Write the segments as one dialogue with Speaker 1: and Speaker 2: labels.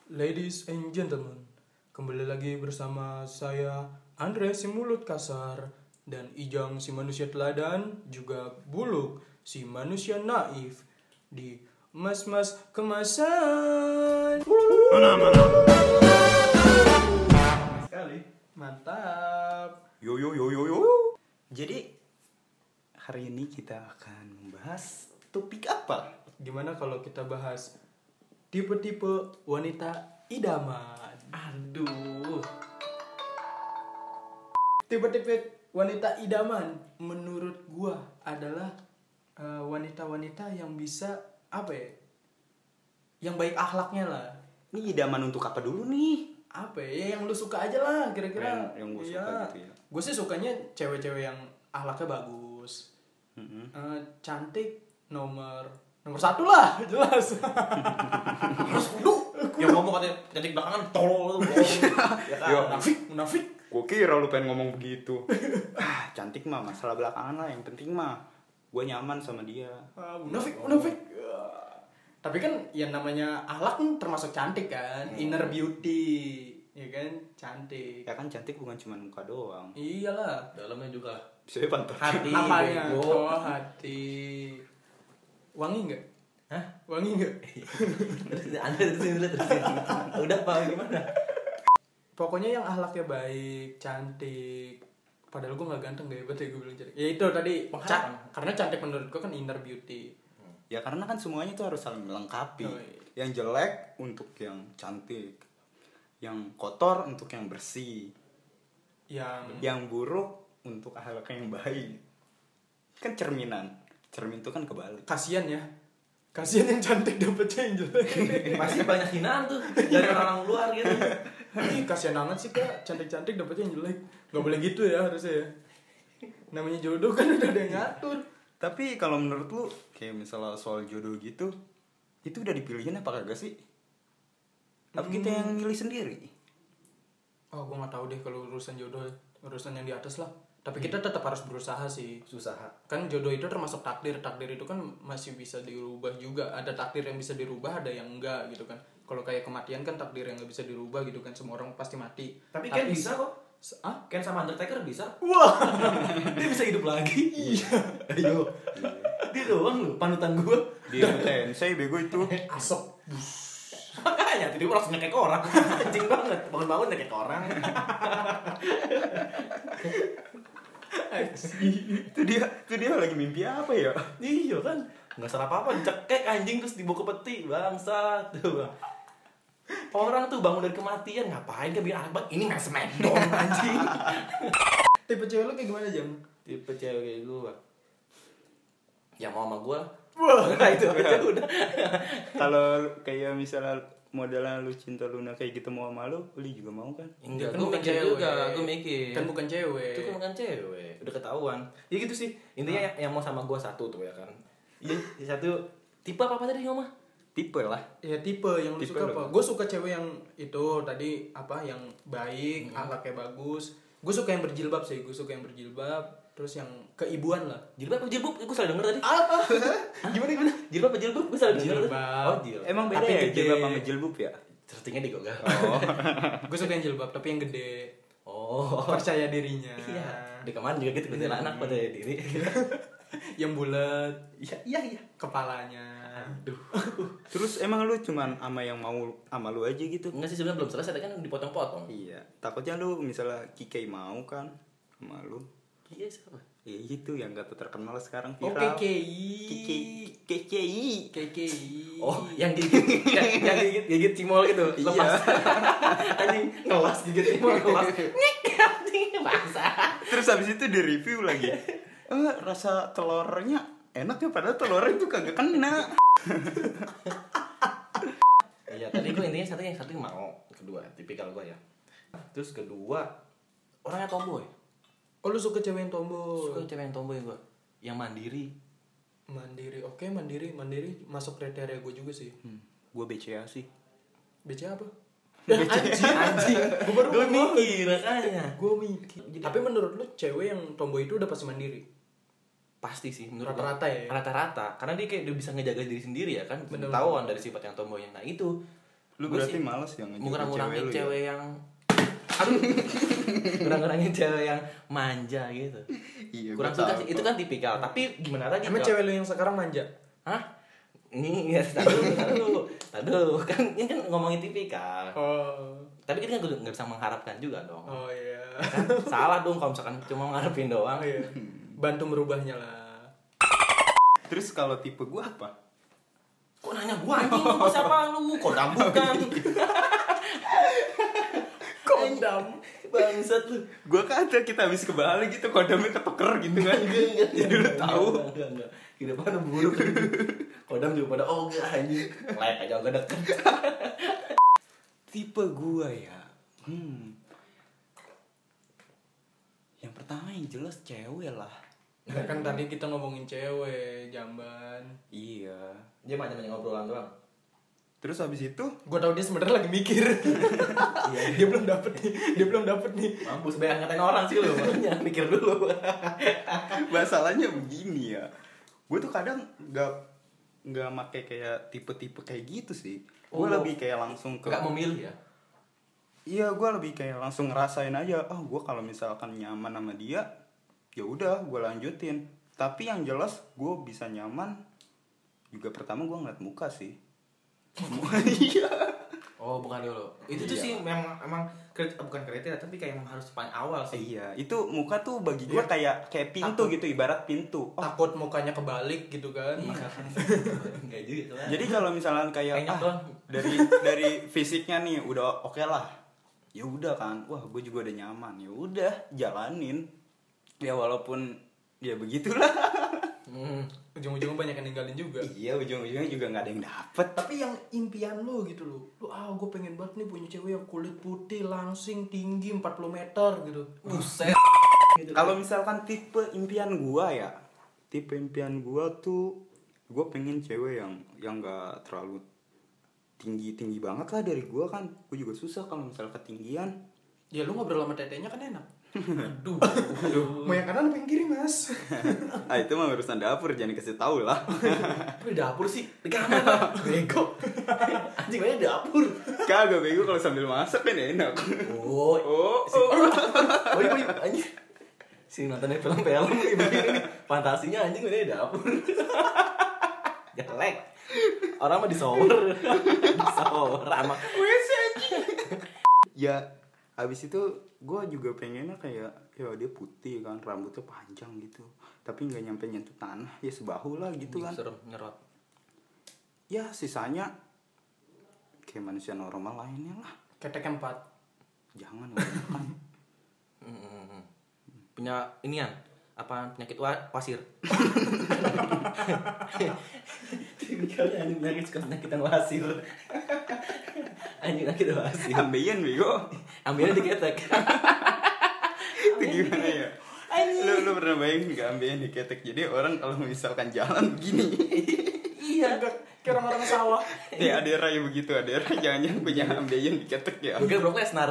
Speaker 1: Ladies and gentlemen, kembali lagi bersama saya Andre si mulut kasar dan Ijang si manusia teladan, juga Buluk si manusia naif di Mas-mas kemasan.
Speaker 2: Sekali.
Speaker 1: Mantap.
Speaker 2: Yo. Jadi hari ini kita akan membahas topik apa?
Speaker 1: Gimana kalau kita bahas tipe-tipe wanita idaman?
Speaker 2: Aduh.
Speaker 1: Tipe-tipe wanita idaman menurut gua adalah wanita-wanita yang bisa apa ya? Yang baik akhlaknya lah.
Speaker 2: Ini idaman untuk apa dulu nih?
Speaker 1: Apa ya? Yang lu suka aja lah kira-kira.
Speaker 2: Yang gue suka gitu ya.
Speaker 1: Gue sih sukanya cewek-cewek yang akhlaknya bagus. Cantik nomor satu lah, jelas.
Speaker 3: Harus kudu yang ngomong katanya cantik belakangan tolol ya kan.
Speaker 1: Munafik.
Speaker 2: Gue kira lu pengen ngomong begitu. Cantik mah masalah belakangan lah. Yang penting mah gue nyaman sama dia.
Speaker 1: Munafik. Tapi kan yang namanya akhlak kan termasuk cantik kan, inner beauty, ya kan, cantik.
Speaker 2: Ya kan cantik bukan cuma muka doang.
Speaker 1: Iyalah.
Speaker 3: Dalamnya juga
Speaker 2: Bisa pantat.
Speaker 3: hati.
Speaker 1: Apanya?
Speaker 3: bego.
Speaker 1: Oh, hati. Wangi nggak?
Speaker 3: Hah?
Speaker 1: Wangi nggak?
Speaker 3: Anda terus udah apa gimana?
Speaker 1: Pokoknya yang akhlaknya baik, cantik. Padahal gue nggak ganteng, gak hebat ya gue bilang cantik. Ya itu tadi, karena cantik menurut gue kan inner beauty.
Speaker 2: Ya karena kan semuanya itu harus saling melengkapi.
Speaker 1: Oh, iya.
Speaker 2: Yang jelek untuk yang cantik, yang kotor untuk yang bersih, yang buruk untuk akhlaknya yang baik. Kan cerminan. Cermin itu kan kebalik.
Speaker 1: Kasian ya. Kasian yang cantik dapetnya yang jelek.
Speaker 3: Pasti banyak hinaan tuh dari orang luar gitu.
Speaker 1: Ih, kasian banget sih kak, cantik-cantik dapetnya yang jelek. Gak boleh gitu ya harusnya ya. Namanya jodoh kan udah ada yang ngatur.
Speaker 2: Tapi kalau menurut lu kayak misalnya soal jodoh gitu, itu udah dipilihin apa kagak sih? Apa kita yang milih sendiri?
Speaker 1: Oh, gue nggak tahu deh kalau urusan jodoh, urusan yang di atas lah. Tapi kita tetap harus berusaha sih.
Speaker 3: Susah.
Speaker 1: Kan jodoh itu termasuk takdir. Takdir itu kan masih bisa dirubah juga. Ada takdir yang bisa dirubah, ada yang enggak gitu kan. Kalau kayak kematian kan takdir yang nggak bisa dirubah gitu kan. Semua orang pasti mati.
Speaker 3: Tapi Ken bisa kok.
Speaker 1: Ah?
Speaker 3: Ken sama Undertaker bisa.
Speaker 1: Wah,
Speaker 3: Dia bisa hidup lagi. Iya. Ayo. Dia doang lu panutan gua.
Speaker 2: Dia tensei bego itu.
Speaker 1: asap.
Speaker 3: Makanya tidur langsung nyekek orang. Anjing banget. Bangun-bangun nyekek orang.
Speaker 2: Itu dia lagi mimpi apa ya?
Speaker 3: Iya kan. Enggak salah apa-apa dicekek anjing terus dibawa ke peti. Bangsat tuh, Bang. Orang tuh bangun dari kematian ngapain kan biar anak banget ini main smackdown anjing.
Speaker 1: Tipe cewek lu kayak gimana Jam?
Speaker 3: Tipe cewek kayak gua yang mau sama gua.
Speaker 1: Wah,
Speaker 3: Nah, itu aja udah.
Speaker 2: Kalau kayak misalnya modelnya lu cinta Luna kayak gitu mau sama lu juga mau kan?
Speaker 3: Enggak,
Speaker 1: Kan
Speaker 3: gua
Speaker 1: bukan
Speaker 3: mikir
Speaker 1: cewek.
Speaker 3: juga, gua mikir.
Speaker 1: Kan bukan cewek.
Speaker 3: Itu kan bukan cewek, udah ketahuan. Ya gitu sih. Intinya yang mau sama gua satu tuh ya kan. Iya, satu tipe apa tadi ngomong?
Speaker 2: Tipe lah.
Speaker 1: Ya tipe yang lu
Speaker 2: Tipe
Speaker 1: suka
Speaker 2: lu.
Speaker 1: apa? Gue suka cewek yang itu tadi apa yang baik, akhlaknya bagus. Gue suka yang berjilbab sih, gue suka yang berjilbab. Terus yang keibuan lah.
Speaker 3: Jilbab apa jilbab? Gue salah denger tadi.
Speaker 1: Apa?
Speaker 3: Gimana? Jilbab apa jilbab? Gue salah denger.
Speaker 1: Jilbab.
Speaker 3: Oh, jilbab.
Speaker 2: Emang beda
Speaker 1: Tapi
Speaker 2: ya
Speaker 1: gede.
Speaker 2: jilbab sama jilbab ya?
Speaker 3: Searchingnya di Google.
Speaker 2: Oh.
Speaker 1: Gue suka yang jilbab tapi yang gede.
Speaker 3: Oh.
Speaker 1: Percaya dirinya.
Speaker 3: Iya. Di kemarin juga gitu betul anak pada diri.
Speaker 1: Yang bulat
Speaker 3: Iya.
Speaker 1: kepalanya.
Speaker 3: Aduh.
Speaker 2: Terus emang lu cuman sama yang mau sama lu aja gitu?
Speaker 3: Enggak sih sebenarnya belum selesai kan dipotong-potong.
Speaker 2: Iya. Takutnya lu misalnya Kikei mau kan sama lu.
Speaker 3: Iya siapa?
Speaker 2: Ya itu yang gak terkenal sekarang
Speaker 1: Oh,
Speaker 2: viral.
Speaker 1: KKI.
Speaker 2: KKI.
Speaker 1: KKI.
Speaker 3: Oh, yang gigit gigit cimol gitu.
Speaker 2: Iya.
Speaker 3: Lepas. Anjing ngelas gigit cimol ngelas. Ngik anjing bangsa.
Speaker 2: Terus habis itu di review lagi. Rasa telurnya enak ya padahal telurnya itu kagak kena.
Speaker 3: Iya, tadi gue intinya satu mau, kedua tipikal gue ya. Terus kedua orangnya tomboy.
Speaker 1: Oh, lu suka cewek yang tomboy.
Speaker 3: Suka cewek yang tomboy gue. Yang mandiri.
Speaker 1: Mandiri. Oke, mandiri masuk kriteria gue juga sih.
Speaker 2: Gue BCA sih.
Speaker 1: BC apa?
Speaker 3: Anjing. Gue mikir makanya.
Speaker 1: Gue mikir. Tapi menurut lu cewek yang tomboy itu udah pasti mandiri?
Speaker 3: Pasti sih menurut
Speaker 1: Rata-rata
Speaker 3: gua.
Speaker 1: ya?
Speaker 3: Rata-rata. Karena dia kayak udah bisa ngejaga diri sendiri ya kan.
Speaker 1: Bener.
Speaker 3: Ketahuan dari sifat yang tomboynya. Nah itu
Speaker 2: Lu berarti males ya
Speaker 3: ngurang-ngurangin cewek yang aduh, ngurang-ngurangin cewek yang manja gitu.
Speaker 2: Iya,
Speaker 3: kurang suka sih. Itu kan tipikal, tapi gimana lagi?
Speaker 1: Emang cewek lu yang sekarang manja?
Speaker 3: Hah? Ini ya, taduh. Kan ini kan ngomongin tipikal.
Speaker 1: Oh.
Speaker 3: Tapi kita kan nggak bisa mengharapkan juga dong.
Speaker 1: Oh iya.
Speaker 3: Kan salah dong kalau misalkan cuma ngarepin doang.
Speaker 1: Oh, iya. Bantu merubahnya lah.
Speaker 2: Terus kalau tipe gua apa?
Speaker 3: Kok nanya gua anjing? Lu siapa lu? Kodam bukan?
Speaker 1: Kodam.
Speaker 3: Bangsat lu.
Speaker 2: Gua kata kita habis ke Bali gitu kodamnya ketuker gitu kan. Jadi lu tahu.
Speaker 3: Enggak. Kita pada buruk. Kodam juga pada enggak anjing. Like aja enggak deket.
Speaker 2: Tipe gua ya. Yang pertama yang jelas cewek lah.
Speaker 1: Nah, kan tadi kita ngomongin cewek, jamban.
Speaker 2: Iya.
Speaker 3: Dia banyak ngobrolan doang.
Speaker 2: Terus habis itu
Speaker 1: Gua tahu dia sebenarnya lagi mikir. Iya, dia belum dapet nih.
Speaker 3: Mampus banyak ngatain orang sih lu, makanya mikir dulu.
Speaker 2: masalahnya begini ya. Gue tuh kadang nggak make kayak tipe-tipe kayak gitu sih. Gue lebih kayak langsung ke.
Speaker 3: Enggak memilih ya.
Speaker 2: Iya, gue lebih kayak langsung ngerasain aja. Oh, gue kalau misalkan nyaman sama dia, ya udah gue lanjutin. Tapi yang jelas gue bisa nyaman. Juga pertama gue ngeliat muka sih. Iya.
Speaker 3: Oh, bukan dulu. Itu tuh sih memang bukan kriteria, tapi kayak emang harus paling awal sih.
Speaker 2: Iya, itu muka tuh bagi gue kayak pintu gitu, ibarat pintu.
Speaker 1: Takut mukanya kebalik gitu kan.
Speaker 3: Enggak juga kan.
Speaker 2: Jadi kalau misalnya kayak dari fisiknya nih udah oke lah. Ya udah kan. Wah, gue juga udah nyaman. Ya udah, jalanin. Ya walaupun ya begitulah.
Speaker 1: Ujung-ujungnya banyak yang ninggalin juga.
Speaker 2: Iya, ujung-ujungnya juga nggak ada yang dapet.
Speaker 1: Tapi yang impian lu gitu lu gue pengen banget nih punya cewek yang kulit putih, langsing, tinggi 40 meter gitu.
Speaker 3: Buset.
Speaker 2: Kalau misalkan tipe impian gua ya, tipe impian gua tuh gua pengen cewek yang nggak terlalu tinggi banget lah dari gua kan. Gua juga susah kalau misal ketinggian.
Speaker 1: Ya lu ngobrol sama tetenya kan enak. Aduh. Mau yang kanan apa yang kiri, Mas?
Speaker 2: Ah, itu mah urusan dapur, jangan dikasih tahu lah.
Speaker 3: Di dapur sih, di kamar lah. Bego. Anjing banyak dapur.
Speaker 2: Kagak bego, kalau sambil masak kan enak.
Speaker 3: Oh. Iya, anjing. Si nontonnya film-film nih begini nih. Fantasinya anjing banyak dapur. Jelek. Orang mah disower. Disower sama
Speaker 2: WC anjing. Ya, habis itu gue juga pengennya kayak ya dia putih kan, rambutnya panjang gitu, tapi nggak nyampe nyentuh tanah, ya sebahu lah gitu kan.
Speaker 3: Serem nyerot.
Speaker 2: Ya sisanya kayak manusia normal lainnya lah.
Speaker 1: Ketek 4.
Speaker 2: Jangan kan.
Speaker 3: Punya inian apa penyakit wasir. Anjing penyakit yang wasir. Anjing penyakit wasir.
Speaker 2: Ambeien bego.
Speaker 3: Ambilnya diketek.
Speaker 2: Itu gimana ya? Lu pernah bayangin nggak ambeien diketek? Jadi orang kalau misalkan jalan begini.
Speaker 1: Iya, kayak orang-orang sawah.
Speaker 2: Ya Adera ya begitu, Adera jangan punya ambeien diketek ya.
Speaker 3: Mungkin Brock Lesnar.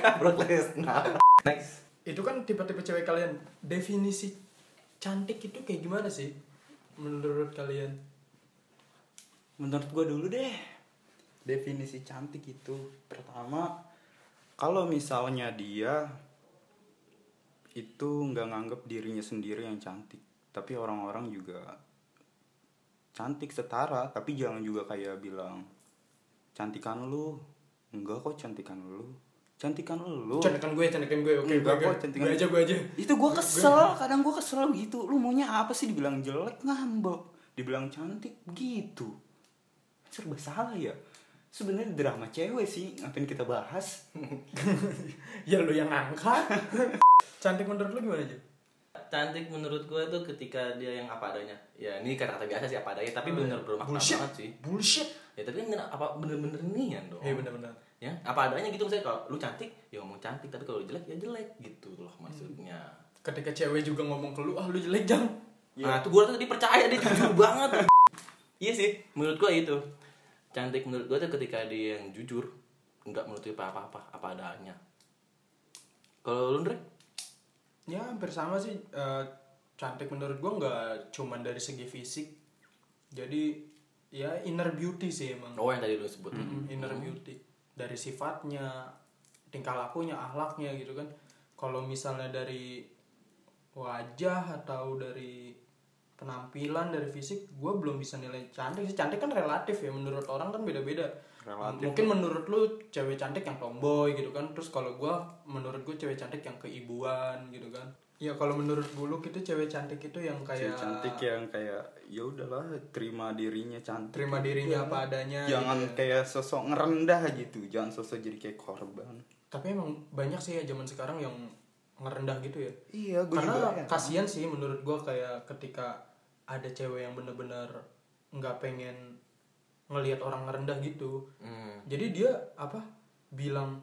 Speaker 3: Next.
Speaker 1: Itu kan tipe-tipe cewek kalian. Definisi cantik itu kayak gimana sih menurut kalian?
Speaker 2: Menurut gue dulu deh, definisi cantik itu pertama, kalau misalnya dia itu nggak nganggap dirinya sendiri yang cantik, tapi orang-orang juga cantik setara, tapi jangan juga kayak bilang cantikan lu, enggak kok cantikan lu. Cantikan lu.
Speaker 1: Cantikan gue. Oke, gue aja.
Speaker 2: Itu gue kesel, kadang gue kesel gitu. Lu maunya apa sih, dibilang jelek ngambek, dibilang cantik begitu. Serba salah ya. Sebenarnya drama cewek sih, ngapain kita bahas?
Speaker 1: Ya lu yang angkat. Cantik menurut lu gimana aja?
Speaker 3: Cantik menurut gue tuh ketika dia yang apa adanya. Ya ini kata-kata biasa sih apa adanya, tapi bener bermakna banget sih.
Speaker 1: Bullshit.
Speaker 3: Ya tapi kan apa bener-bener nian dong.
Speaker 1: Iya bener-bener.
Speaker 3: Ya apa adanya gitu, misalnya kalau lu cantik ya ngomong cantik, tapi kalau lu jelek ya jelek gitu loh maksudnya.
Speaker 1: Ketika cewek juga ngomong ke lu, lu jelek jang.
Speaker 3: Nah tuh gue tuh dipercaya, dia jujur banget. Iya sih menurut gue itu cantik menurut gue tuh ketika dia yang jujur, nggak menutupi apa-apa apa adanya. Kalau lu Ndre?
Speaker 1: Ya hampir sama sih. Cantik menurut gue nggak cuman dari segi fisik. Jadi ya inner beauty sih emang.
Speaker 3: Oh, yang tadi lu sebut.
Speaker 1: Inner beauty. Dari sifatnya, tingkah lakunya, akhlaknya gitu kan. Kalau misalnya dari wajah atau dari penampilan, dari fisik, gue belum bisa nilai cantik sih. Cantik kan relatif ya, menurut orang kan beda-beda. Mungkin menurut lu cewek cantik yang tomboy gitu kan, terus kalau gue, menurut gue cewek cantik yang keibuan gitu kan. Ya kalau menurut Buluk itu cewek cantik itu yang kayak
Speaker 2: cewek cantik yang kayak ya udahlah, terima dirinya cantik,
Speaker 1: terima dirinya apa adanya,
Speaker 2: jangan
Speaker 1: gitu.
Speaker 2: Kayak sosok ngerendah gitu, jangan sosok jadi kayak korban.
Speaker 1: Tapi emang banyak sih ya zaman sekarang yang ngerendah gitu ya.
Speaker 2: Iya, gue
Speaker 1: karena
Speaker 2: juga ya.
Speaker 1: kasihan sih menurut gue, kayak ketika ada cewek yang bener-bener nggak pengen ngelihat orang ngerendah gitu. Jadi dia bilang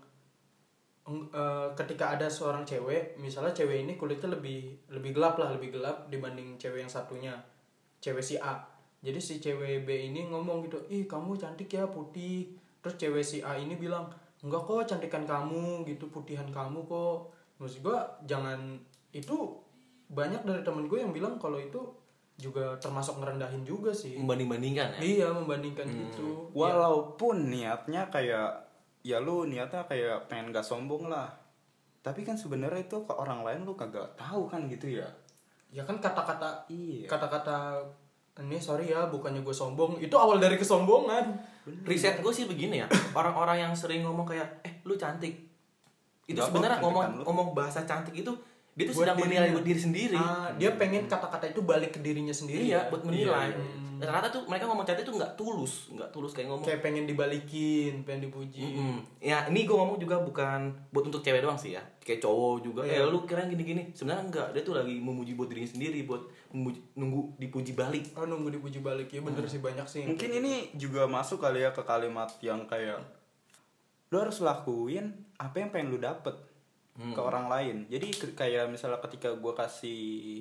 Speaker 1: ketika ada seorang cewek, misalnya cewek ini kulitnya lebih gelap dibanding cewek yang satunya, cewek si A. Jadi si cewek B ini ngomong gitu, ih kamu cantik ya putih. Terus cewek si A ini bilang, enggak kok, cantikan kamu gitu, putihan kamu kok. Maksud gue jangan, itu banyak dari temen gue yang bilang kalau itu juga termasuk ngerendahin juga sih.
Speaker 3: Membanding-bandingkan ya?
Speaker 1: Iya, membandingkan gitu.
Speaker 2: Walaupun niatnya kayak ya lu niatnya kayak pengen gak sombong lah, tapi kan sebenarnya itu ke orang lain lu kagak tahu kan gitu ya.
Speaker 1: Ya kan kata-kata
Speaker 2: Iya.
Speaker 1: kata-kata ini sorry ya bukannya gue sombong, itu awal dari kesombongan.
Speaker 3: Riset gue sih begini ya, orang-orang yang sering ngomong kayak lu cantik, itu
Speaker 2: Enggak,
Speaker 3: sebenarnya
Speaker 2: kok, cantikan lu.
Speaker 3: ngomong bahasa cantik itu dia tuh
Speaker 1: Buat
Speaker 3: sedang menilai
Speaker 1: dirinya.
Speaker 3: buat diri sendiri.
Speaker 1: Dia pengen kata-kata itu balik ke dirinya sendiri.
Speaker 3: Iya, buat menilai.
Speaker 2: Iya.
Speaker 3: Ternyata tuh mereka ngomong cantik tuh nggak tulus kayak ngomong.
Speaker 1: Kayak pengen dibalikin, pengen dipuji.
Speaker 3: Ya ini gue ngomong juga bukan buat untuk cewek doang sih ya, kayak cowok juga.
Speaker 1: Iya.
Speaker 3: Lu kira gini-gini, sebenarnya enggak, dia tuh lagi memuji buat dirinya sendiri, buat nunggu dipuji balik.
Speaker 1: Oh, nunggu dipuji balik ya, bener sih, banyak sih.
Speaker 2: Mungkin ini juga masuk kali ya ke kalimat yang kayak lu harus lakuin apa yang pengen lu dapet ke orang lain. Jadi kayak misalnya ketika gue kasih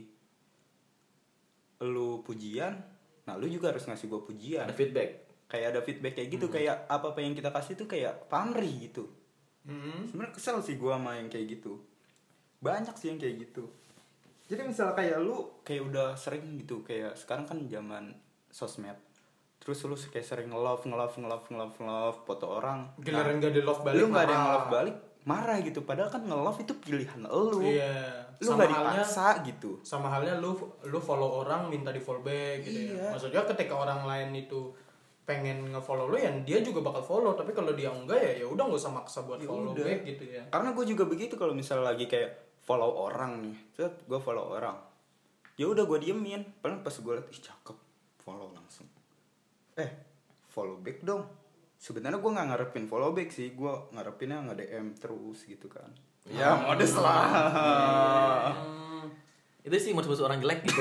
Speaker 2: lu pujian, nah lu juga harus ngasih gue pujian.
Speaker 3: Ada feedback.
Speaker 2: Kayak ada feedback kayak gitu, kayak apa yang kita kasih tuh kayak pamrih gitu. Sebenarnya kesel sih gue sama yang kayak gitu. Banyak sih yang kayak gitu. Jadi misalnya kayak lu kayak udah sering gitu, kayak sekarang kan zaman sosmed. Terus lu kayak sering nge-love foto orang.
Speaker 1: Giliran gak di love balik,
Speaker 2: lu gak ada yang
Speaker 1: marah.
Speaker 2: nge-love balik, marah gitu. Padahal kan nge-love itu pilihan lu.
Speaker 1: Iya.
Speaker 2: Lu
Speaker 1: Sama
Speaker 2: gak dipaksa gitu.
Speaker 1: Sama halnya lu follow orang minta di follow back gitu ya.
Speaker 2: Iya.
Speaker 1: Maksudnya ketika orang lain itu pengen nge-follow lu ya dia juga bakal follow, tapi kalau dia enggak ya udah nggak usah maksa buat
Speaker 2: Ya
Speaker 1: follow
Speaker 2: udah.
Speaker 1: back gitu ya.
Speaker 2: Karena gue juga begitu kalau misalnya lagi kayak follow orang nih. Terus gue follow orang. Ya udah gue diemin. Padahal pas gue liat, ih cakep, follow langsung. Follow back dong. Sebenarnya gue nggak ngarepin follow back sih, gue ngarepinnya nge-DM terus gitu kan. Ya modest lah.
Speaker 3: Itu sih modus orang jelek gitu.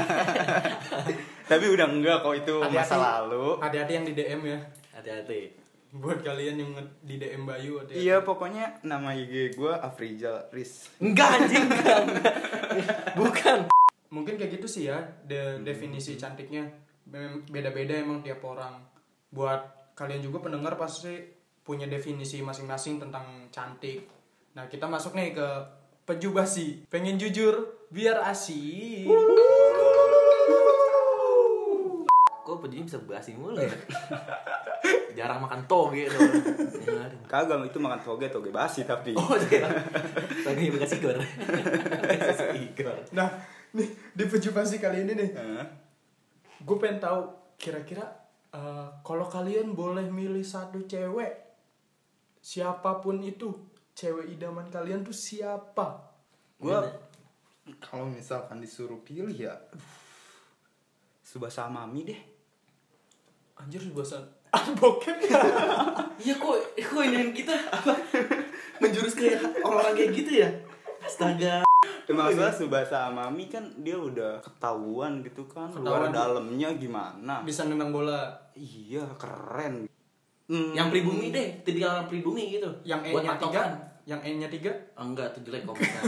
Speaker 2: Tapi udah enggak kok, itu masa lalu.
Speaker 1: Hati-hati yang di DM ya.
Speaker 3: Hati-hati.
Speaker 1: Buat kalian yang di DM Bayu hati-hati.
Speaker 2: Iya, pokoknya nama IG gue Afrizal Riz.
Speaker 3: Enggak anjing, enggak. Bukan.
Speaker 1: Mungkin kayak gitu sih ya, definisi cantiknya beda-beda emang tiap orang. Buat kalian juga pendengar pasti punya definisi masing-masing tentang cantik. Nah, kita masuk nih ke Peju Basi. Pengen jujur biar asik.
Speaker 3: Kok pejunya bisa basi mulu ya? Jarang makan toge tuh.
Speaker 2: Kagak, itu makan toge basi tapi.
Speaker 3: Oh iya. Toge bekas igor.
Speaker 1: Nah, nih di Peju Basi kali ini nih. Gue pengen tahu kira-kira kalau kalian boleh milih satu cewek, siapapun itu, cewek idaman kalian tuh siapa?
Speaker 2: Gue kalau misalkan disuruh pilih ya, Subasa Mami deh.
Speaker 1: Anjir, bahasa bokep ya.
Speaker 3: Iya kok ini kita apa? Menjurus ke orang-orang kayak gitu ya? Astaga.
Speaker 2: Maksudnya Subasa Mami kan dia udah ketahuan gitu kan, luar dalamnya gimana.
Speaker 1: Bisa nendang bola.
Speaker 2: Iya, keren.
Speaker 3: Yang pribumi deh, tipikal orang pribumi gitu.
Speaker 1: Yang
Speaker 3: buat
Speaker 1: E-nya 3,
Speaker 3: patokan.
Speaker 1: yang N-nya 3.
Speaker 3: Enggak, tuh jelek komentar.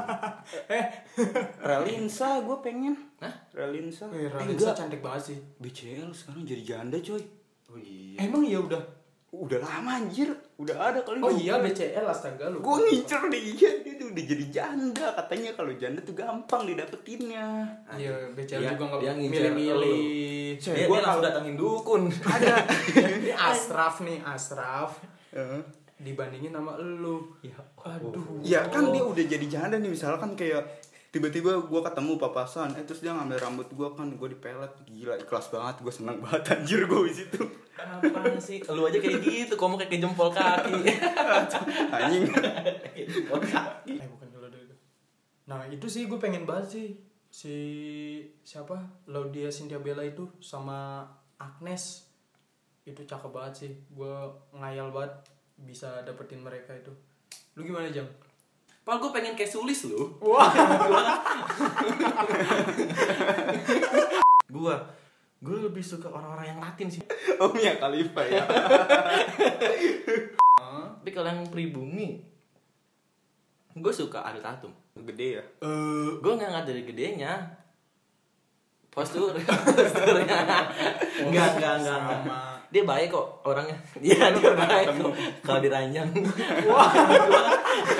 Speaker 2: Relinsa gue pengen.
Speaker 3: Hah?
Speaker 2: Relinsa.
Speaker 1: Ralinsa cantik banget sih.
Speaker 2: BCL sekarang jadi janda coy.
Speaker 3: Oh iya.
Speaker 1: Emang iya udah.
Speaker 2: Udah lama anjir. Udah ada kali.
Speaker 1: Oh iya BCL, astaga lu.
Speaker 2: Gue ngincer dia tuh udah jadi janda. Katanya kalau janda tuh gampang didapetinnya.
Speaker 1: Iya, BCL
Speaker 3: Dia-
Speaker 1: juga
Speaker 3: dia
Speaker 1: nggak
Speaker 3: ngincer
Speaker 1: milih-milih.
Speaker 3: Dia langsung datangin dukun.
Speaker 1: Ada. Ini Asraf nih, Asraf.
Speaker 2: Heeh.
Speaker 1: Dibandingin sama lu.
Speaker 3: Ya,
Speaker 1: Aduh.
Speaker 2: Ya kan dia udah jadi janda nih, misalkan kayak tiba-tiba gue ketemu papasan, terus dia ngambil rambut gue kan, gue dipelet, gila ikhlas banget, gue seneng banget anjir gue di situ.
Speaker 3: Apaan sih? Lu aja kayak gitu, kamu kayak jempol kaki.
Speaker 2: Anjing.
Speaker 3: Jempol kaki.
Speaker 1: Bukan kalau itu. Nah itu sih gue pengen banget sih si siapa Laudia Cynthia Bella itu sama Agnes itu cakep banget sih. Gue ngayal banget bisa dapetin mereka itu. Lu gimana Jam?
Speaker 3: Pal gue pengen kayak Sulis lu.
Speaker 1: Wah.
Speaker 3: Gue lebih suka orang-orang yang Latin sih.
Speaker 2: Oh Mia Khalifa ya.
Speaker 3: Tapi kalau yang pribumi, gue suka Ariel Tatum.
Speaker 2: Gede ya.
Speaker 3: Gue nggak ngeliat dari gedenya, posturnya. Enggak.
Speaker 1: Sama.
Speaker 3: Dia baik kok orangnya. Iya dia baik kok. Kalau diranjang.
Speaker 1: Wah.